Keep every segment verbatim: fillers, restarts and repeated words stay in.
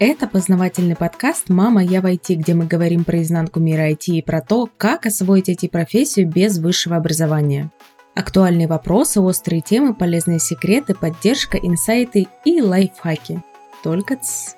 Это познавательный подкаст «Мама, я в ай ти», где мы говорим про изнанку мира ай ти и про то, как освоить ай ти-профессию без высшего образования. Актуальные вопросы, острые темы, полезные секреты, поддержка, инсайты и лайфхаки. Только тс.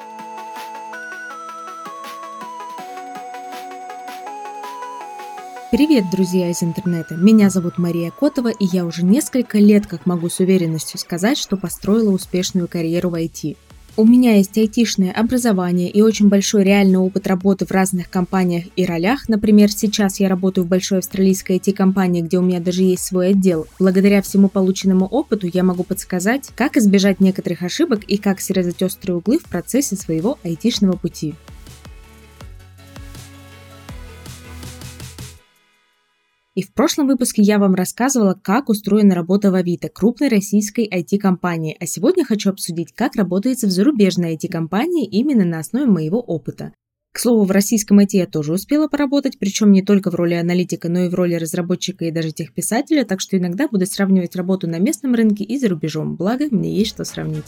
Привет, друзья из интернета! Меня зовут Мария Котова, и я уже несколько лет как могу с уверенностью сказать, что построила успешную карьеру в ай ти. У меня есть айтишное образование и очень большой реальный опыт работы в разных компаниях и ролях. Например, сейчас я работаю в большой австралийской ай ти-компании, где у меня даже есть свой отдел. Благодаря всему полученному опыту я могу подсказать, как избежать некоторых ошибок и как срезать острые углы в процессе своего айтишного пути. И в прошлом выпуске я вам рассказывала, как устроена работа в Авито, крупной российской ай ти-компании, а сегодня хочу обсудить, как работается в зарубежной ай ти-компании именно на основе моего опыта. К слову, в российском ай ти я тоже успела поработать, причем не только в роли аналитика, но и в роли разработчика и даже техписателя, так что иногда буду сравнивать работу на местном рынке и за рубежом, благо мне есть что сравнить.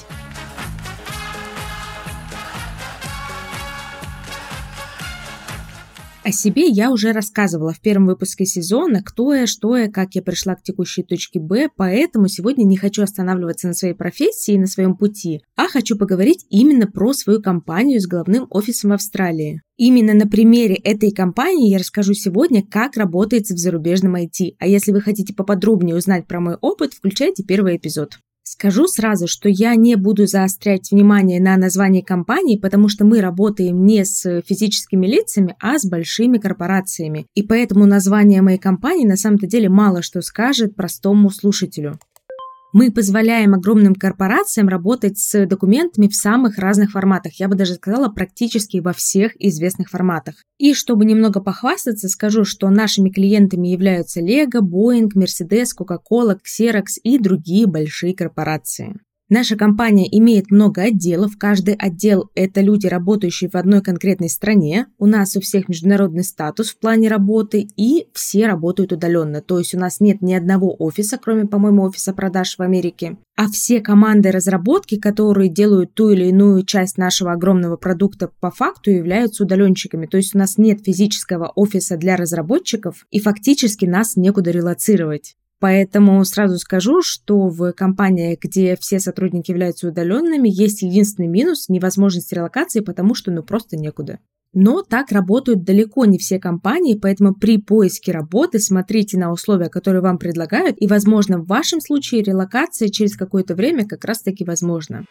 О себе я уже рассказывала в первом выпуске сезона, кто я, что я, как я пришла к текущей точке Б, поэтому сегодня не хочу останавливаться на своей профессии и на своем пути, а хочу поговорить именно про свою компанию с головным офисом в Австралии. Именно на примере этой компании я расскажу сегодня, как работается в зарубежном ай ти, а если вы хотите поподробнее узнать про мой опыт, включайте первый эпизод. Скажу сразу, что я не буду заострять внимание на названии компании, потому что мы работаем не с физическими лицами, а с большими корпорациями. И поэтому название моей компании на самом-то деле мало что скажет простому слушателю. Мы позволяем огромным корпорациям работать с документами в самых разных форматах. Я бы даже сказала, практически во всех известных форматах. И чтобы немного похвастаться, скажу, что нашими клиентами являются Lego, Boeing, Mercedes, Coca-Cola, Xerox и другие большие корпорации. Наша компания имеет много отделов. Каждый отдел – это люди, работающие в одной конкретной стране. У нас у всех международный статус в плане работы, и все работают удаленно. То есть у нас нет ни одного офиса, кроме, по-моему, офиса продаж в Америке. А все команды разработки, которые делают ту или иную часть нашего огромного продукта, по факту являются удаленщиками. То есть у нас нет физического офиса для разработчиков, и фактически нас некуда релоцировать. Поэтому сразу скажу, что в компаниях, где все сотрудники являются удаленными, есть единственный минус – невозможность релокации, потому что ну просто некуда. Но так работают далеко не все компании, поэтому при поиске работы смотрите на условия, которые вам предлагают, и, возможно, в вашем случае релокация через какое-то время как раз-таки возможна.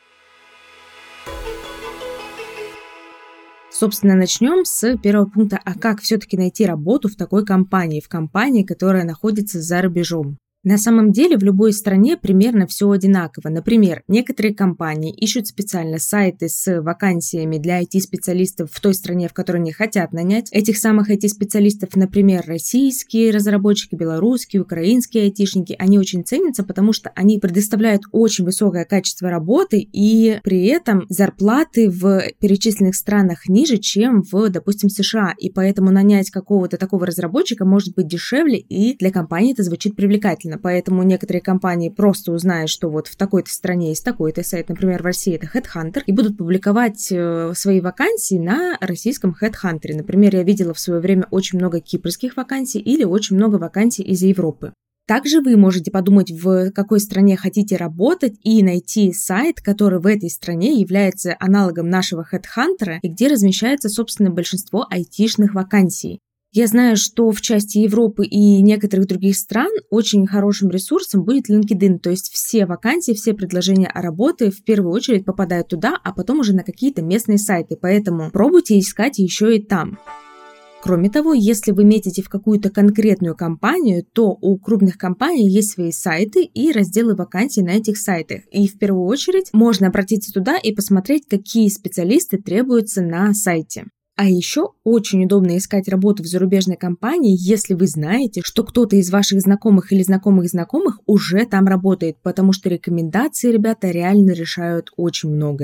Собственно, начнем с первого пункта, а как все-таки найти работу в такой компании, в компании, которая находится за рубежом. На самом деле в любой стране примерно все одинаково. Например, некоторые компании ищут специально сайты с вакансиями для ай ти-специалистов в той стране, в которой они хотят нанять этих самых ай ти-специалистов, например, российские разработчики, белорусские, украинские айтишники. Они очень ценятся, потому что они предоставляют очень высокое качество работы, и при этом зарплаты в перечисленных странах ниже, чем в, допустим, США. И поэтому нанять какого-то такого разработчика может быть дешевле, и для компании это звучит привлекательно. Поэтому некоторые компании просто узнают, что вот в такой-то стране есть такой-то сайт, например, в России это HeadHunter, и будут публиковать э, свои вакансии на российском HeadHunter. Например, я видела в свое время очень много кипрских вакансий или очень много вакансий из Европы. Также вы можете подумать, в какой стране хотите работать, и найти сайт, который в этой стране является аналогом нашего HeadHunter, и где размещается, собственно, большинство айтишных вакансий. Я знаю, что в части Европы и некоторых других стран очень хорошим ресурсом будет LinkedIn, то есть все вакансии, все предложения о работе в первую очередь попадают туда, а потом уже на какие-то местные сайты, поэтому пробуйте искать еще и там. Кроме того, если вы метите в какую-то конкретную компанию, то у крупных компаний есть свои сайты и разделы вакансий на этих сайтах. И в первую очередь можно обратиться туда и посмотреть, какие специалисты требуются на сайте. А еще очень удобно искать работу в зарубежной компании, если вы знаете, что кто-то из ваших знакомых или знакомых знакомых уже там работает, потому что рекомендации, ребята, реально решают очень многое.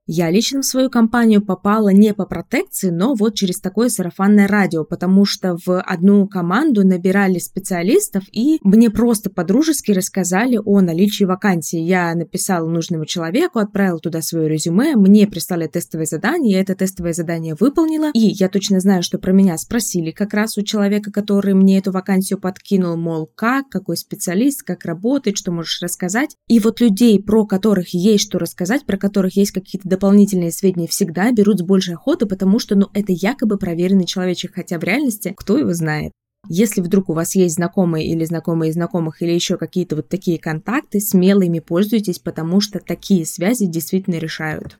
Я лично в свою компанию попала не по протекции, но вот через такое сарафанное радио, потому что в одну команду набирали специалистов, и мне просто по-дружески рассказали о наличии вакансии. Я написала нужному человеку, отправила туда свое резюме, мне прислали тестовое задание, я это тестовое задание выполнила, и я точно знаю, что про меня спросили как раз у человека, который мне эту вакансию подкинул, мол, как, какой специалист, как работает, что можешь рассказать. И вот людей, про которых есть что рассказать, про которых есть какие-то дополнительные сведения, всегда берут с большей охоты, потому что, ну, это якобы проверенный человечек, хотя в реальности кто его знает. Если вдруг у вас есть знакомые или знакомые знакомых или еще какие-то вот такие контакты, смело ими пользуйтесь, потому что такие связи действительно решают.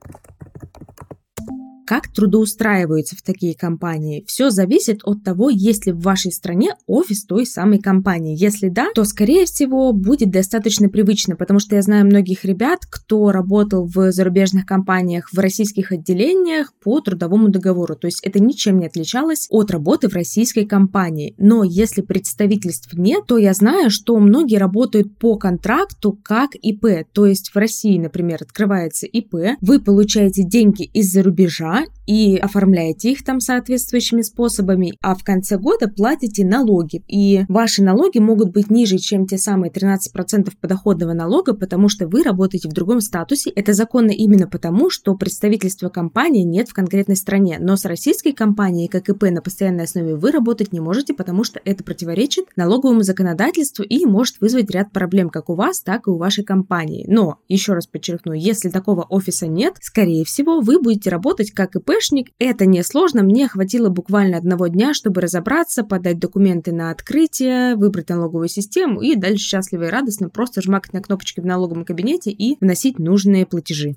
Как трудоустраиваются в такие компании? Все зависит от того, есть ли в вашей стране офис той самой компании. Если да, то, скорее всего, будет достаточно привычно, потому что я знаю многих ребят, кто работал в зарубежных компаниях в российских отделениях по трудовому договору. То есть это ничем не отличалось от работы в российской компании. Но если представительств нет, то я знаю, что многие работают по контракту как ИП. То есть в России, например, открывается ИП, вы получаете деньги из-за рубежа, и оформляете их там соответствующими способами, а в конце года платите налоги. И ваши налоги могут быть ниже, чем те самые тринадцать процентов подоходного налога, потому что вы работаете в другом статусе. Это законно именно потому, что представительства компании нет в конкретной стране. Но с российской компанией, как ИП на постоянной основе, вы работать не можете, потому что это противоречит налоговому законодательству и может вызвать ряд проблем как у вас, так и у вашей компании. Но, еще раз подчеркну, если такого офиса нет, скорее всего, вы будете работать как ИПшник. Это несложно, мне хватило буквально одного дня, чтобы разобраться, подать документы на открытие, выбрать налоговую систему и дальше счастливо и радостно просто жмакать на кнопочки в налоговом кабинете и вносить нужные платежи.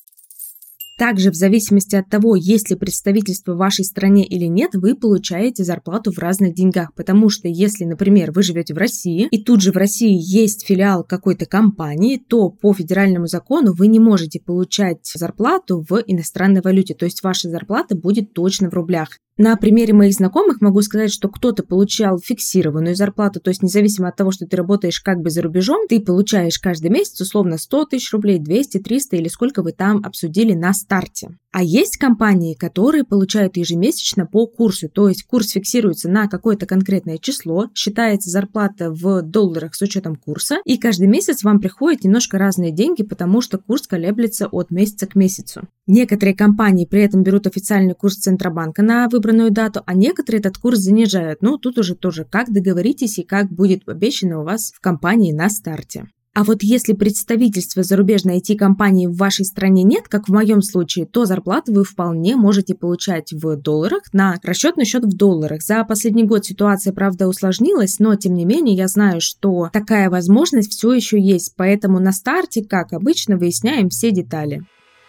Также в зависимости от того, есть ли представительство в вашей стране или нет, вы получаете зарплату в разных деньгах, потому что если, например, вы живете в России, и тут же в России есть филиал какой-то компании, то по федеральному закону вы не можете получать зарплату в иностранной валюте, то есть ваша зарплата будет точно в рублях. На примере моих знакомых могу сказать, что кто-то получал фиксированную зарплату, то есть независимо от того, что ты работаешь как бы за рубежом, ты получаешь каждый месяц условно сто тысяч рублей, двести, триста или сколько вы там обсудили на старте. А есть компании, которые получают ежемесячно по курсу, то есть курс фиксируется на какое-то конкретное число, считается зарплата в долларах с учетом курса, и каждый месяц вам приходят немножко разные деньги, потому что курс колеблется от месяца к месяцу. Некоторые компании при этом берут официальный курс Центробанка на выбранную дату, а некоторые этот курс занижают. Но тут уже тоже как договоритесь и как будет обещано у вас в компании на старте. А вот если представительства зарубежной ай ти-компании в вашей стране нет, как в моем случае, то зарплату вы вполне можете получать в долларах на расчетный счет в долларах. За последний год ситуация, правда, усложнилась, но тем не менее я знаю, что такая возможность все еще есть, поэтому на старте, как обычно, выясняем все детали.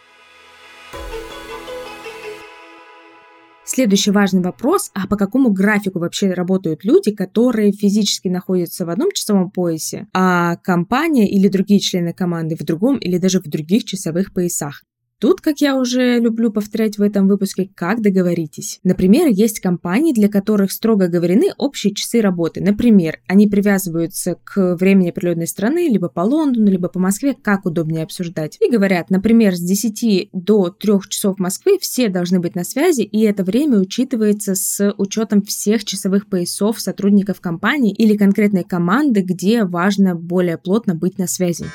Следующий важный вопрос, а по какому графику вообще работают люди, которые физически находятся в одном часовом поясе, а компания или другие члены команды в другом или даже в других часовых поясах? Тут, как я уже люблю повторять в этом выпуске, как договоритесь. Например, есть компании, для которых строго оговорены общие часы работы. Например, они привязываются к времени определенной страны, либо по Лондону, либо по Москве, как удобнее обсуждать. И говорят, например, с десяти до трёх часов Москвы все должны быть на связи, и это время учитывается с учетом всех часовых поясов сотрудников компании или конкретной команды, где важно более плотно быть на связи.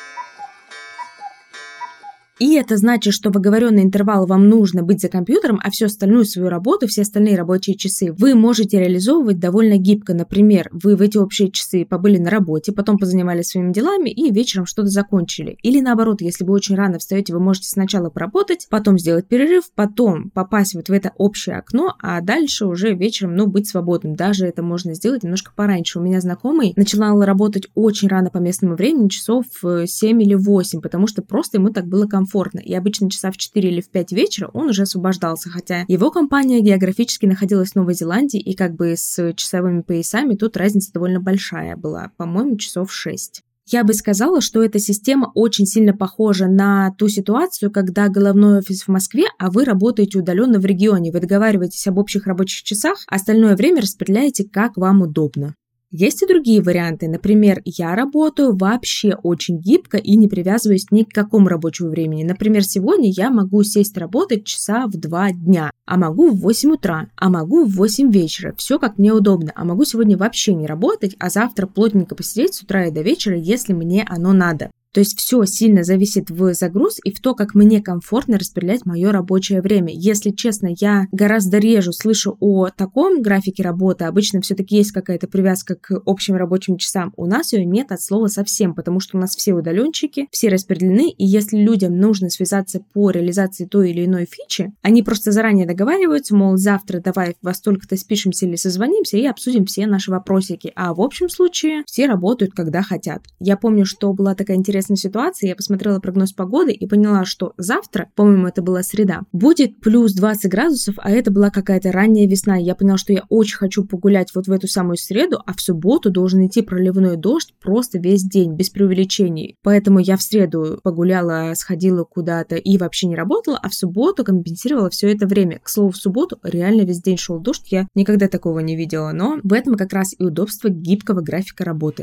И это значит, что в оговоренный интервал вам нужно быть за компьютером, а всю остальную свою работу, все остальные рабочие часы вы можете реализовывать довольно гибко. Например, вы в эти общие часы побыли на работе, потом позанимались своими делами и вечером что-то закончили. Или наоборот, если вы очень рано встаете, вы можете сначала поработать, потом сделать перерыв, потом попасть вот в это общее окно, а дальше уже вечером, ну, быть свободным. Даже это можно сделать немножко пораньше. У меня знакомый начинал работать очень рано по местному времени, часов в семь или восемь, потому что просто ему так было комфортно. И обычно часа в четыре или в пять вечера он уже освобождался, хотя его компания географически находилась в Новой Зеландии, и как бы с часовыми поясами тут разница довольно большая была, по-моему, часов шесть. Я бы сказала, что эта система очень сильно похожа на ту ситуацию, когда головной офис в Москве, а вы работаете удаленно в регионе. Вы договариваетесь об общих рабочих часах, а остальное время распределяете, как вам удобно. Есть и другие варианты. Например, я работаю вообще очень гибко и не привязываюсь ни к какому рабочему времени. Например, сегодня я могу сесть работать часа в два дня, а могу в восемь утра, а могу в восемь вечера. Все как мне удобно. А могу сегодня вообще не работать, а завтра плотненько посидеть с утра и до вечера, если мне оно надо. То есть все сильно зависит в загруз и в то, как мне комфортно распределять мое рабочее время. Если честно, я гораздо реже слышу о таком графике работы. Обычно все-таки есть какая-то привязка к общим рабочим часам. У нас ее нет от слова совсем, потому что у нас все удаленщики, все распределены, и если людям нужно связаться по реализации той или иной фичи, они просто заранее договариваются, мол, завтра давай во столько-то спишемся или созвонимся и обсудим все наши вопросики. А в общем случае все работают, когда хотят. Я помню, что была такая интересная ситуация, я посмотрела прогноз погоды и поняла, что завтра, по-моему, это была среда, будет плюс двадцать градусов, а это была какая-то ранняя весна. Я поняла, что я очень хочу погулять вот в эту самую среду, а в субботу должен идти проливной дождь просто весь день, без преувеличений. Поэтому я в среду погуляла, сходила куда-то и вообще не работала, а в субботу компенсировала все это время. К слову, в субботу реально весь день шел дождь, я никогда такого не видела, но в этом как раз и удобство гибкого графика работы.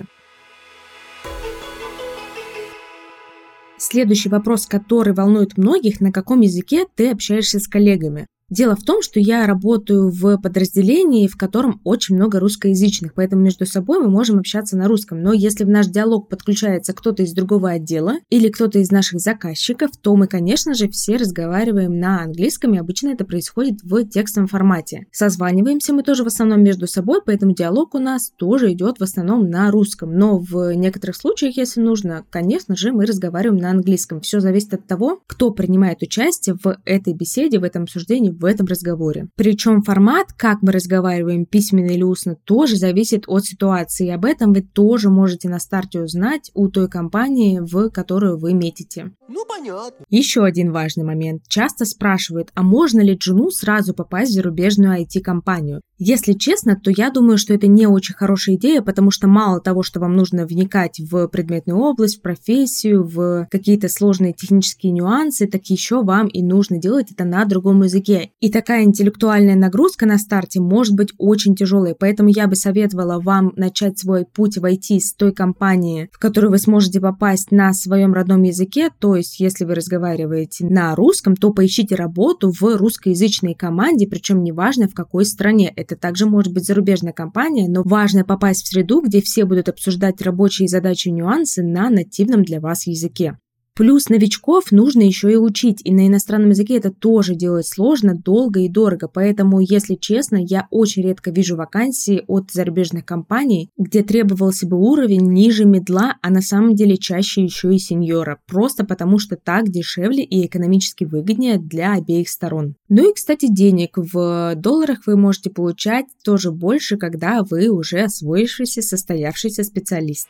Следующий вопрос, который волнует многих: на каком языке ты общаешься с коллегами? Дело в том, что я работаю в подразделении, в котором очень много русскоязычных, поэтому между собой мы можем общаться на русском. Но если в наш диалог подключается кто-то из другого отдела или кто-то из наших заказчиков, то мы, конечно же, все разговариваем на английском, и обычно это происходит в текстовом формате. Созваниваемся мы тоже в основном между собой, поэтому диалог у нас тоже идет в основном на русском. Но в некоторых случаях, если нужно, конечно же, мы разговариваем на английском. Все зависит от того, кто принимает участие в этой беседе, в этом обсуждении, в этом разговоре. Причем формат, как мы разговариваем, письменно или устно, тоже зависит от ситуации. И об этом вы тоже можете на старте узнать у той компании, в которую вы метите. Ну, понятно. Еще один важный момент. Часто спрашивают, а можно ли джуну сразу попасть в зарубежную ай ти-компанию? Если честно, то я думаю, что это не очень хорошая идея, потому что мало того, что вам нужно вникать в предметную область, в профессию, в какие-то сложные технические нюансы, так еще вам и нужно делать это на другом языке. И такая интеллектуальная нагрузка на старте может быть очень тяжелой, поэтому я бы советовала вам начать свой путь в ай ти с той компании, в которую вы сможете попасть на своем родном языке, то есть если вы разговариваете на русском, то поищите работу в русскоязычной команде, причем неважно в какой стране. Это также может быть зарубежная компания, но важно попасть в среду, где все будут обсуждать рабочие задачи и нюансы на нативном для вас языке. Плюс новичков нужно еще и учить, и на иностранном языке это тоже делать сложно, долго и дорого, поэтому, если честно, я очень редко вижу вакансии от зарубежных компаний, где требовался бы уровень ниже мидла, а на самом деле чаще еще и сеньора, просто потому что так дешевле и экономически выгоднее для обеих сторон. Ну и, кстати, денег в долларах вы можете получать тоже больше, когда вы уже освоившийся, состоявшийся специалист.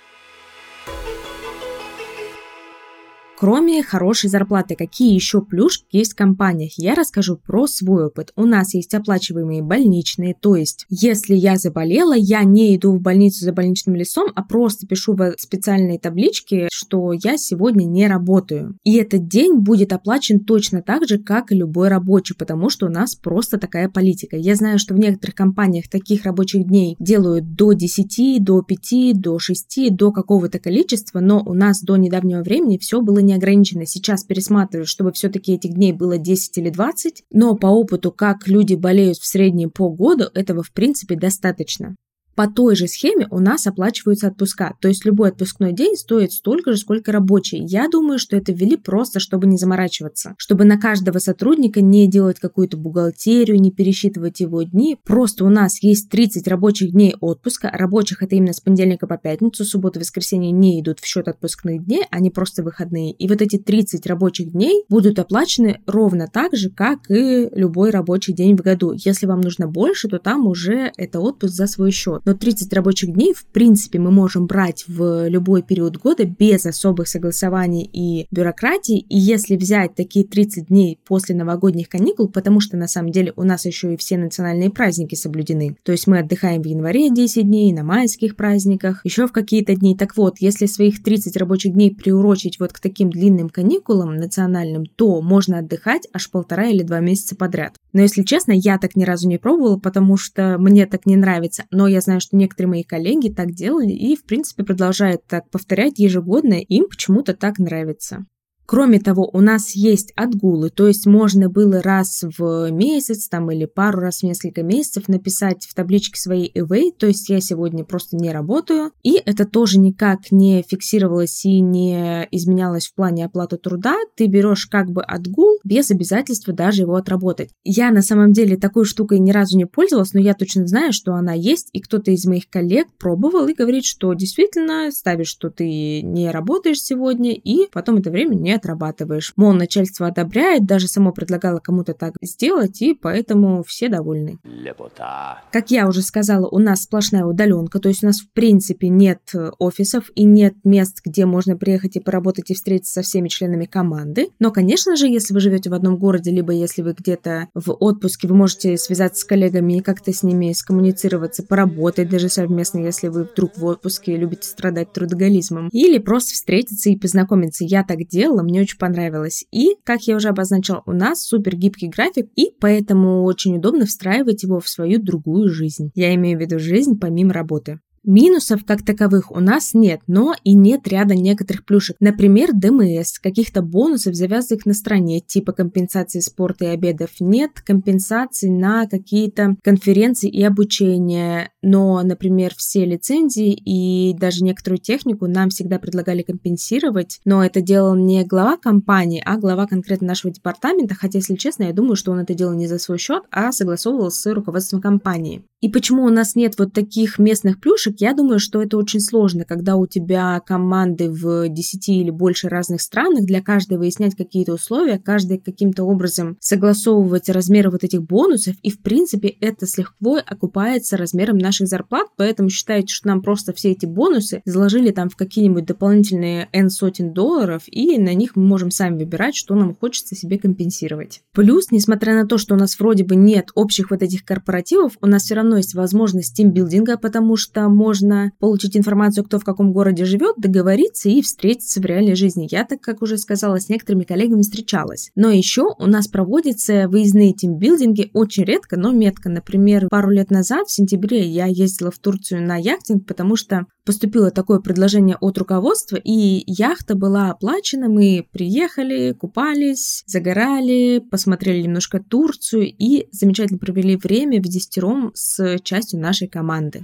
Кроме хорошей зарплаты, какие еще плюшки есть в компаниях? Я расскажу про свой опыт. У нас есть оплачиваемые больничные, то есть, если я заболела, я не иду в больницу за больничным листом, а просто пишу в специальной табличке, что я сегодня не работаю. И этот день будет оплачен точно так же, как и любой рабочий, потому что у нас просто такая политика. Я знаю, что в некоторых компаниях таких рабочих дней делают до десяти, до пяти, до шести, до какого-то количества, но у нас до недавнего времени все было не ограничено. Сейчас пересматриваю, чтобы все-таки этих дней было десять или двадцать, но по опыту, как люди болеют в среднем по году, этого в принципе достаточно. По той же схеме у нас оплачиваются отпуска, то есть любой отпускной день стоит столько же, сколько рабочий. Я думаю, что это ввели просто, чтобы не заморачиваться, чтобы на каждого сотрудника не делать какую-то бухгалтерию, не пересчитывать его дни. Просто у нас есть тридцать рабочих дней отпуска, рабочих это именно с понедельника по пятницу, суббота и воскресенье не идут в счет отпускных дней, они просто выходные. И вот эти тридцать рабочих дней будут оплачены ровно так же, как и любой рабочий день в году. Если вам нужно больше, то там уже это отпуск за свой счет. Но тридцать рабочих дней, в принципе, мы можем брать в любой период года без особых согласований и бюрократии. И если взять такие тридцать дней после новогодних каникул, потому что на самом деле у нас еще и все национальные праздники соблюдены. То есть мы отдыхаем в январе десять дней, на майских праздниках, еще в какие-то дни. Так вот, если своих тридцать рабочих дней приурочить вот к таким длинным каникулам национальным, то можно отдыхать аж полтора или два месяца подряд. Но, если честно, я так ни разу не пробовала, потому что мне так не нравится. Но я знаю, что некоторые мои коллеги так делали и, в принципе, продолжают так повторять ежегодно. Им почему-то так нравится. Кроме того, у нас есть отгулы, то есть можно было раз в месяц там, или пару раз в несколько месяцев написать в табличке своей away, то есть я сегодня просто не работаю, и это тоже никак не фиксировалось и не изменялось в плане оплаты труда, ты берешь как бы отгул без обязательства даже его отработать. Я на самом деле такой штукой ни разу не пользовалась, но я точно знаю, что она есть, и кто-то из моих коллег пробовал и говорит, что действительно ставишь, что ты не работаешь сегодня, и потом это время не отрабатываешь. Мол, начальство одобряет, даже само предлагало кому-то так сделать, и поэтому все довольны. Лепота. Как я уже сказала, у нас сплошная удаленка, то есть у нас в принципе нет офисов и нет мест, где можно приехать и поработать и встретиться со всеми членами команды. Но, конечно же, если вы живете в одном городе, либо если вы где-то в отпуске, вы можете связаться с коллегами и как-то с ними скоммуницироваться, поработать даже совместно, если вы вдруг в отпуске и любите страдать трудоголизмом. Или просто встретиться и познакомиться. Я так делала, мне очень понравилось. И, как я уже обозначила, у нас супер гибкий график, и поэтому очень удобно встраивать его в свою другую жизнь. Я имею в виду жизнь помимо работы. Минусов как таковых у нас нет, но и нет ряда некоторых плюшек. Например, ДМС, каких-то бонусов, завязанных на стране, типа компенсации спорта и обедов нет, компенсаций на какие-то конференции и обучение. Но, например, все лицензии и даже некоторую технику нам всегда предлагали компенсировать, но это делал не глава компании, а глава конкретно нашего департамента, хотя, если честно, я думаю, что он это делал не за свой счет, а согласовывал с руководством компании. И почему у нас нет вот таких местных плюшек? Я думаю, что это очень сложно, когда у тебя команды в десяти или больше разных странах, для каждой выяснять какие-то условия, каждый каким-то образом согласовывать размеры вот этих бонусов, и в принципе это с лихвой окупается размером наших зарплат, поэтому считайте, что нам просто все эти бонусы заложили там в какие-нибудь дополнительные N сотен долларов, и на них мы можем сами выбирать, что нам хочется себе компенсировать. Плюс, несмотря на то, что у нас вроде бы нет общих вот этих корпоративов, у нас все равно есть возможность тимбилдинга, потому что можно получить информацию, кто в каком городе живет, договориться и встретиться в реальной жизни. Я, так как уже сказала, с некоторыми коллегами встречалась. Но еще у нас проводятся выездные тимбилдинги очень редко, но метко. Например, пару лет назад, в сентябре, я ездила в Турцию на яхтинг, потому что поступило такое предложение от руководства, и яхта была оплачена, мы приехали, купались, загорали, посмотрели немножко Турцию и замечательно провели время в десятером с частью нашей команды.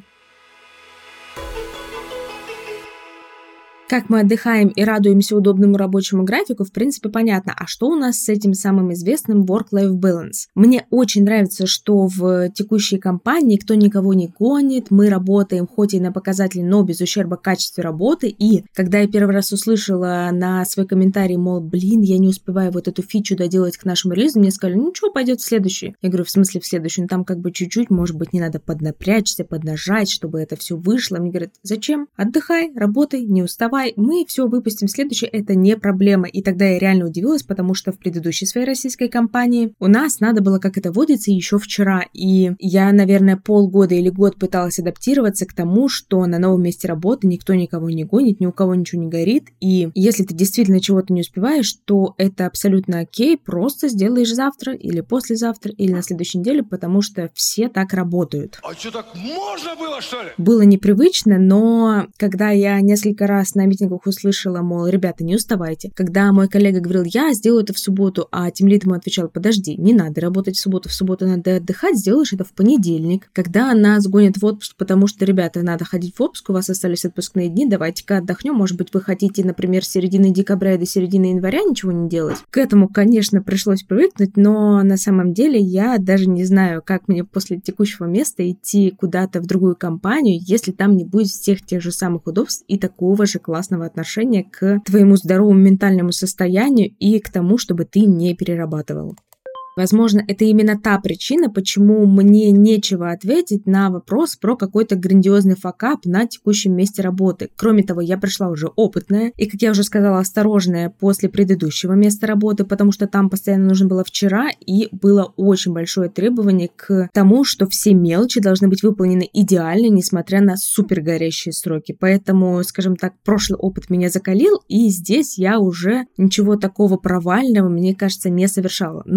Как мы отдыхаем и радуемся удобному рабочему графику, в принципе, понятно. А что у нас с этим самым известным work-life balance? Мне очень нравится, что в текущей компании никто никого не гонит, мы работаем хоть и на показатели, но без ущерба качеству работы. И когда я первый раз услышала на свой комментарий, мол, блин, я не успеваю вот эту фичу доделать к нашему релизу, мне сказали, ну что, пойдет в следующий. Я говорю, в смысле в следующий? Ну там как бы чуть-чуть, может быть, не надо поднапрячься, поднажать, чтобы это все вышло. Мне говорят, зачем? Отдыхай, работай, не уставай. Мы все выпустим следующее, это не проблема. И тогда я реально удивилась, потому что в предыдущей своей российской компании у нас надо было, как это водится, еще вчера. И я, наверное, полгода или год пыталась адаптироваться к тому, что на новом месте работы никто никого не гонит, ни у кого ничего не горит. И если ты действительно чего-то не успеваешь, то это абсолютно окей, просто сделаешь завтра или послезавтра или на следующей неделе, потому что все так работают. А что, так можно было, что ли? Было непривычно, но когда я несколько раз на митингах услышала, мол, ребята, не уставайте. Когда мой коллега говорил, я сделаю это в субботу, а тимлид ему отвечал, подожди, не надо работать в субботу, в субботу надо отдыхать, сделаешь это в понедельник. Когда нас гонят в отпуск, потому что, ребята, надо ходить в отпуск, у вас остались отпускные дни, давайте-ка отдохнем, может быть, вы хотите, например, с середины декабря и до середины января ничего не делать. К этому, конечно, пришлось привыкнуть, но на самом деле я даже не знаю, как мне после текущего места идти куда-то в другую компанию, если там не будет всех тех же самых удобств и такого же классного отношения к твоему здоровому ментальному состоянию и к тому, чтобы ты не перерабатывал. Возможно, это именно та причина, почему мне нечего ответить на вопрос про какой-то грандиозный факап на текущем месте работы. Кроме того, я пришла уже опытная и, как я уже сказала, осторожная после предыдущего места работы, потому что там постоянно нужно было вчера, и было очень большое требование к тому, что все мелочи должны быть выполнены идеально, несмотря на супер горящие сроки. Поэтому, скажем так, прошлый опыт меня закалил, и здесь я уже ничего такого провального, мне кажется, не совершала. Но провального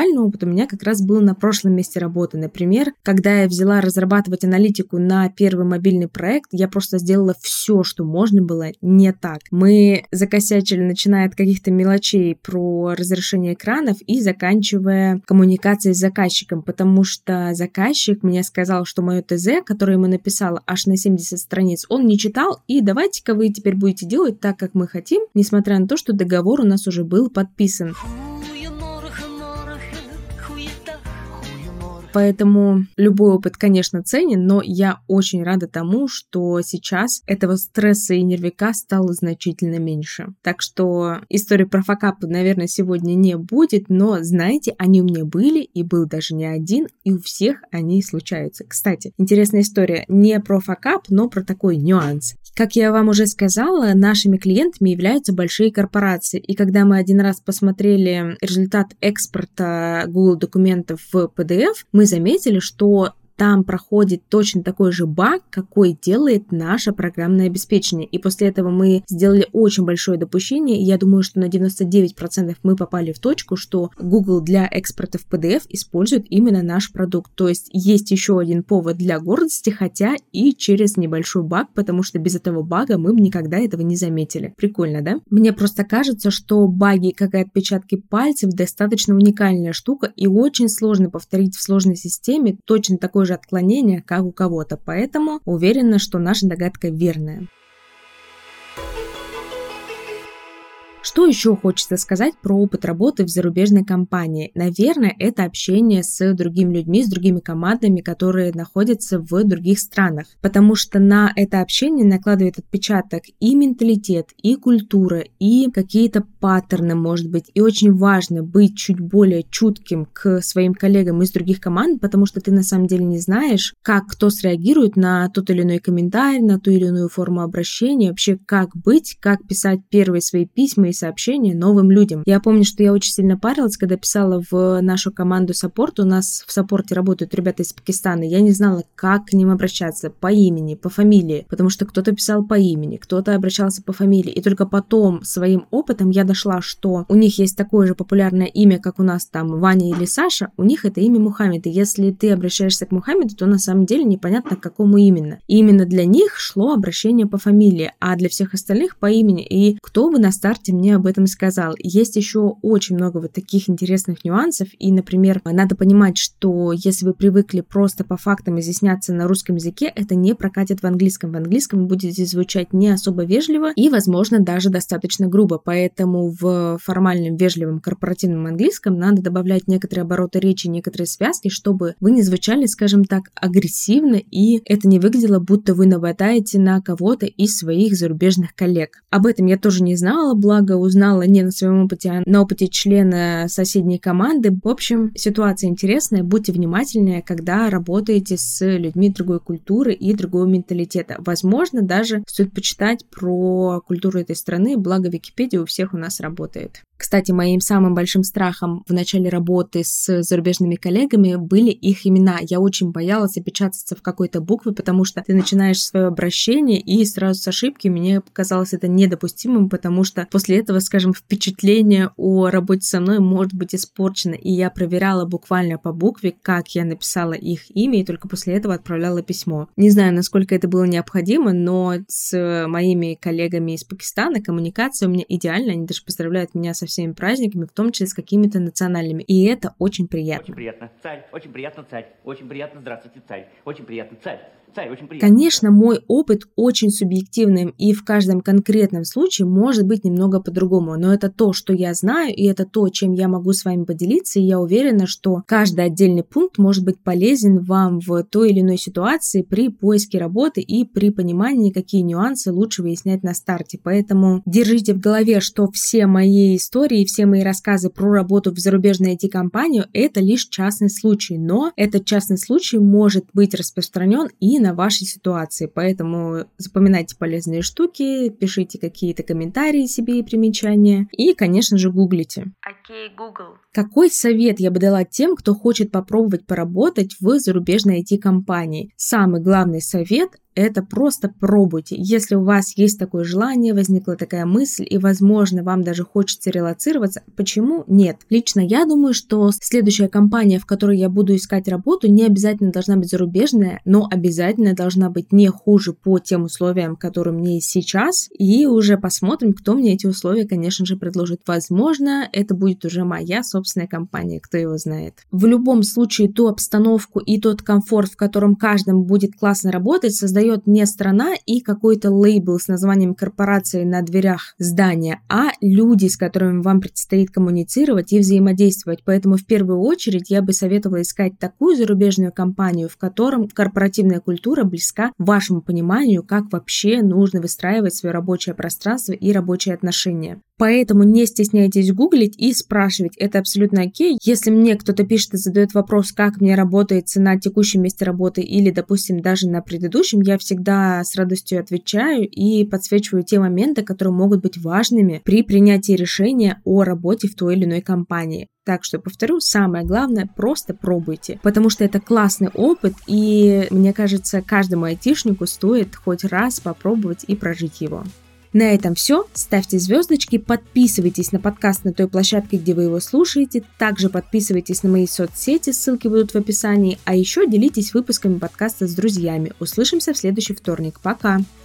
реальный опыт у меня как раз был на прошлом месте работы. Например, когда я взяла разрабатывать аналитику на первый мобильный проект, я просто сделала все, что можно было не так. Мы закосячили, начиная от каких-то мелочей про разрешение экранов и заканчивая коммуникацией с заказчиком, потому что заказчик мне сказал, что мое ТЗ, которое ему написала аж на семьдесят страниц, он не читал, и давайте-ка вы теперь будете делать так, как мы хотим, несмотря на то, что договор у нас уже был подписан. Поэтому любой опыт, конечно, ценен, но я очень рада тому, что сейчас этого стресса и нервяка стало значительно меньше. Так что истории про факапы, наверное, сегодня не будет, но, знаете, они у меня были, и был даже не один, и у всех они случаются. Кстати, интересная история не про факап, но про такой нюанс. Как я вам уже сказала, нашими клиентами являются большие корпорации, и когда мы один раз посмотрели результат экспорта Google документов в пи ди эф, мы заметили, что там проходит точно такой же баг, какой делает наше программное обеспечение. И после этого мы сделали очень большое допущение, и я думаю, что на девяносто девять процентов мы попали в точку, что Google для экспорта в пи ди эф использует именно наш продукт. То есть есть еще один повод для гордости, хотя и через небольшой баг, потому что без этого бага мы бы никогда этого не заметили. Прикольно, да? Мне просто кажется, что баги, как и отпечатки пальцев, достаточно уникальная штука, и очень сложно повторить в сложной системе точно такой же отклонения, как у кого-то, поэтому уверена, что наша догадка верная. Что еще хочется сказать про опыт работы в зарубежной компании? Наверное, это общение с другими людьми, с другими командами, которые находятся в других странах, потому что на это общение накладывает отпечаток и менталитет, и культура, и какие-то паттерны, может быть, и очень важно быть чуть более чутким к своим коллегам из других команд, потому что ты на самом деле не знаешь, как кто среагирует на тот или иной комментарий, на ту или иную форму обращения, вообще как быть, как писать первые свои письма и сообщения новым людям. Я помню, что я очень сильно парилась, когда писала в нашу команду саппорт. У нас в саппорте работают ребята из Пакистана. Я не знала, как к ним обращаться по имени, по фамилии, потому что кто-то писал по имени, кто-то обращался по фамилии. И только потом своим опытом я дошла, что у них есть такое же популярное имя, как у нас там Ваня или Саша, у них это имя Мухаммед. И если ты обращаешься к Мухаммеду, то на самом деле непонятно, к какому именно. И именно для них шло обращение по фамилии, а для всех остальных по имени. И кто бы на старте мне об этом сказал. Есть еще очень много вот таких интересных нюансов, и, например, надо понимать, что если вы привыкли просто по фактам изъясняться на русском языке, это не прокатит в английском. В английском вы будете звучать не особо вежливо и, возможно, даже достаточно грубо, поэтому в формальном, вежливом, корпоративном английском надо добавлять некоторые обороты речи, некоторые связки, чтобы вы не звучали, скажем так, агрессивно, и это не выглядело, будто вы нападаете на кого-то из своих зарубежных коллег. Об этом я тоже не знала, благо узнала не на своем опыте, а на опыте члена соседней команды. В общем, ситуация интересная, будьте внимательнее, когда работаете с людьми другой культуры и другого менталитета. Возможно, даже стоит почитать про культуру этой страны, благо Википедия у всех у нас работает. Кстати, моим самым большим страхом в начале работы с зарубежными коллегами были их имена. Я очень боялась опечататься в какой-то букве, потому что ты начинаешь свое обращение и сразу с ошибки. Мне показалось это недопустимым, потому что после этого, скажем, впечатление о работе со мной может быть испорчено. И я проверяла буквально по букве, как я написала их имя, и только после этого отправляла письмо. Не знаю, насколько это было необходимо, но с моими коллегами из Пакистана коммуникация у меня идеальная. Они даже поздравляют меня со всеми праздниками, в том числе с какими-то национальными. И это очень приятно. Очень приятно, царь, очень приятно, царь, очень приятно, здравствуйте, царь, очень приятно, царь. Царь, очень приятно. Конечно, мой опыт очень субъективным, и в каждом конкретном случае может быть немного по-другому, но это то, что я знаю, и это то, чем я могу с вами поделиться, и я уверена, что каждый отдельный пункт может быть полезен вам в той или иной ситуации при поиске работы и при понимании, какие нюансы лучше выяснять на старте. Поэтому держите в голове, что все мои истории, все мои рассказы про работу в зарубежной ай ти-компанию – это лишь частный случай, но этот частный случай может быть распространен и на вашей ситуации, поэтому запоминайте полезные штуки, пишите какие-то комментарии себе и примечания, и, конечно же, гуглите. Окей, Google. Какой совет я бы дала тем, кто хочет попробовать поработать в зарубежной ай ти-компании? Самый главный совет – это просто пробуйте. Если у вас есть такое желание, возникла такая мысль, и, возможно, вам даже хочется релоцироваться, почему нет? Лично я думаю, что следующая компания, в которой я буду искать работу, не обязательно должна быть зарубежная, но обязательно должна быть не хуже по тем условиям, которые мне есть сейчас, и уже посмотрим, кто мне эти условия, конечно же, предложит. Возможно, это будет уже моя собственная компания, кто его знает. В любом случае, ту обстановку и тот комфорт, в котором каждому будет классно работать, создает не страна и какой-то лейбл с названием корпорации на дверях здания, а люди, с которыми вам предстоит коммуницировать и взаимодействовать. Поэтому в первую очередь я бы советовала искать такую зарубежную компанию, в котором корпоративная культура близка вашему пониманию, как вообще нужно выстраивать свое рабочее пространство и рабочие отношения. Поэтому не стесняйтесь гуглить и спрашивать, это абсолютно окей. Если мне кто-то пишет и задает вопрос, как мне работается на текущем месте работы или, допустим, даже на предыдущем, я всегда с радостью отвечаю и подсвечиваю те моменты, которые могут быть важными при принятии решения о работе в той или иной компании. Так что, повторю, самое главное, просто пробуйте, потому что это классный опыт, и, мне кажется, каждому айтишнику стоит хоть раз попробовать и прожить его. На этом все. Ставьте звездочки, подписывайтесь на подкаст на той площадке, где вы его слушаете. Также подписывайтесь на мои соцсети, ссылки будут в описании. А еще делитесь выпусками подкаста с друзьями. Услышимся в следующий вторник. Пока!